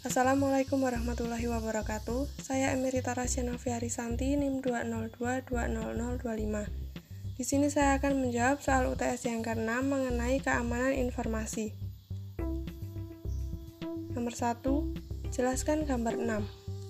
Assalamualaikum warahmatullahi wabarakatuh. Saya Emerita Rasya Noviarisanti, NIM 202200025. Di sini saya akan menjawab soal UTS yang ke-6 mengenai keamanan informasi. Nomor 1, jelaskan gambar 6.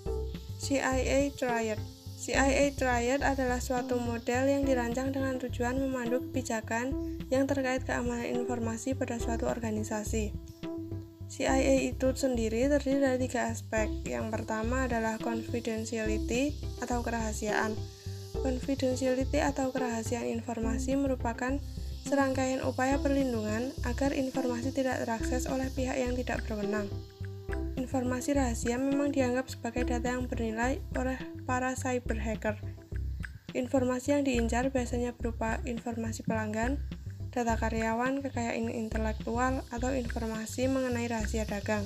CIA Triad. CIA Triad adalah suatu model yang dirancang dengan tujuan memandu kebijakan yang terkait keamanan informasi pada suatu organisasi. CIA itu sendiri terdiri dari 3 aspek. Yang pertama adalah confidentiality atau kerahasiaan. Confidentiality atau kerahasiaan informasi merupakan serangkaian upaya perlindungan agar informasi tidak terakses oleh pihak yang tidak berwenang. Informasi rahasia memang dianggap sebagai data yang bernilai oleh para cyber hacker. Informasi yang diincar biasanya berupa informasi pelanggan, data karyawan, kekayaan intelektual, atau informasi mengenai rahasia dagang.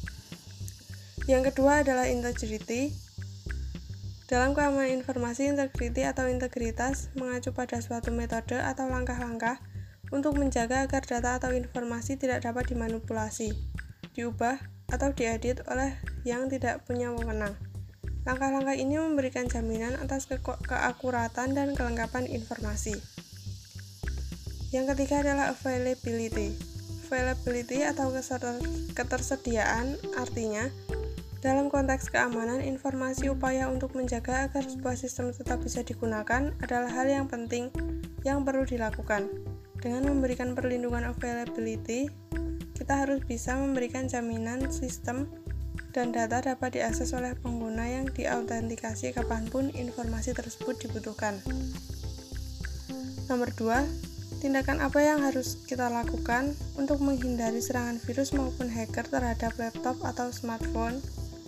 Yang kedua adalah integrity. Dalam keamanan informasi, integrity atau integritas mengacu pada suatu metode atau langkah-langkah untuk menjaga agar data atau informasi tidak dapat dimanipulasi, diubah, atau diedit oleh yang tidak punya wewenang. Langkah-langkah ini memberikan jaminan atas keakuratan dan kelengkapan informasi. Yang ketiga adalah availability. Availability atau ketersediaan artinya dalam konteks keamanan informasi upaya untuk menjaga agar sebuah sistem tetap bisa digunakan adalah hal yang penting yang perlu dilakukan. Dengan memberikan perlindungan availability, kita harus bisa memberikan jaminan sistem dan data dapat diakses oleh pengguna yang diautentikasi kapanpun informasi tersebut dibutuhkan. Nomor 2, tindakan apa yang harus kita lakukan untuk menghindari serangan virus maupun hacker terhadap laptop atau smartphone?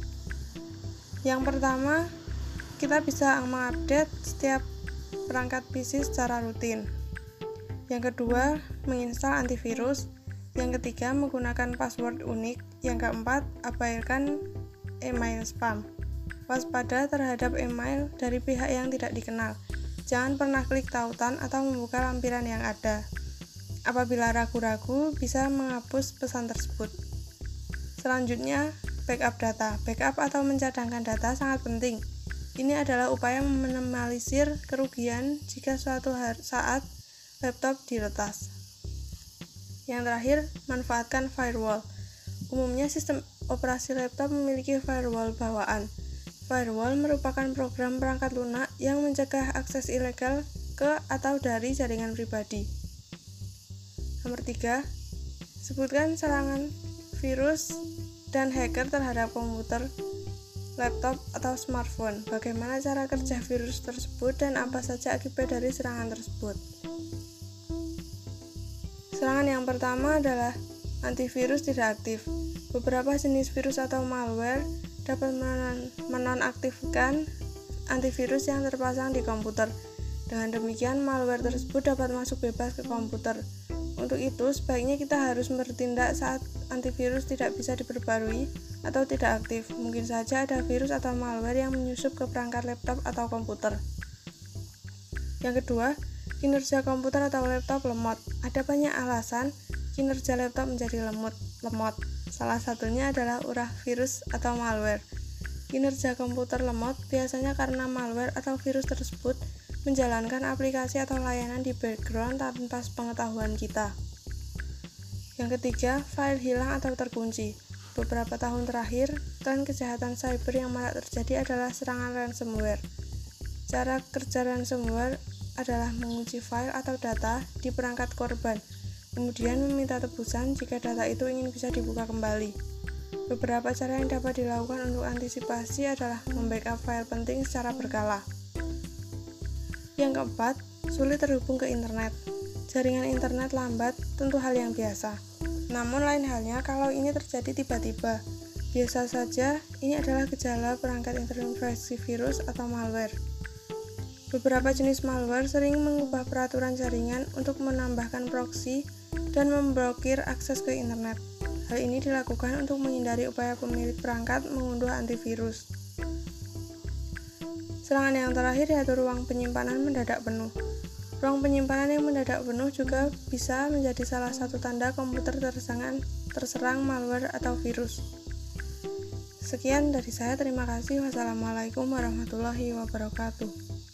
Yang pertama, kita bisa mengupdate setiap perangkat PC secara rutin. Yang kedua, menginstal antivirus. Yang ketiga, menggunakan password unik. Yang keempat, abaikan email spam. Waspada terhadap email dari pihak yang tidak dikenal. Jangan pernah klik tautan atau membuka lampiran yang ada. Apabila ragu-ragu, bisa menghapus pesan tersebut. Selanjutnya, backup data. Backup atau mencadangkan data sangat penting. Ini adalah upaya meminimalisir kerugian jika suatu saat laptop diretas. Yang terakhir, manfaatkan firewall. Umumnya sistem operasi laptop memiliki firewall bawaan. Firewall merupakan program perangkat lunak yang mencegah akses ilegal ke atau dari jaringan pribadi. Nomor 3, sebutkan serangan virus dan hacker terhadap komputer, laptop, atau smartphone. Bagaimana cara kerja virus tersebut dan apa saja akibat dari serangan tersebut. Serangan yang pertama adalah antivirus tidak aktif. Beberapa jenis virus atau malware dapat menonaktifkan antivirus yang terpasang di komputer. Dengan demikian, malware tersebut dapat masuk bebas ke komputer. Untuk itu, sebaiknya kita harus bertindak saat antivirus tidak bisa diperbarui atau tidak aktif. Mungkin saja ada virus atau malware yang menyusup ke perangkat laptop atau komputer. Yang kedua, kinerja komputer atau laptop lemot. Ada banyak alasan kinerja laptop menjadi lemot. Salah satunya adalah ulah virus atau malware. Kinerja komputer lemot biasanya karena malware atau virus tersebut menjalankan aplikasi atau layanan di background tanpa sepengetahuan kita. Yang ketiga, file hilang atau terkunci. Beberapa tahun terakhir, tren kejahatan cyber yang marak terjadi adalah serangan ransomware. Cara kerja ransomware adalah mengunci file atau data di perangkat korban, kemudian meminta tebusan jika data itu ingin bisa dibuka kembali. Beberapa cara yang dapat dilakukan untuk antisipasi adalah membackup file penting secara berkala. Yang keempat, sulit terhubung ke internet. Jaringan internet lambat tentu hal yang biasa. Namun lain halnya kalau ini terjadi tiba-tiba. Biasa saja, ini adalah gejala perangkat terinfeksi virus atau malware. Beberapa jenis malware sering mengubah peraturan jaringan untuk menambahkan proksi dan memblokir akses ke internet. Hal ini dilakukan untuk menghindari upaya pemilik perangkat mengunduh antivirus. Serangan yang terakhir yaitu ruang penyimpanan mendadak penuh. Ruang penyimpanan yang mendadak penuh juga bisa menjadi salah satu tanda komputer terserang malware atau virus. Sekian dari saya, terima kasih. Wassalamualaikum warahmatullahi wabarakatuh.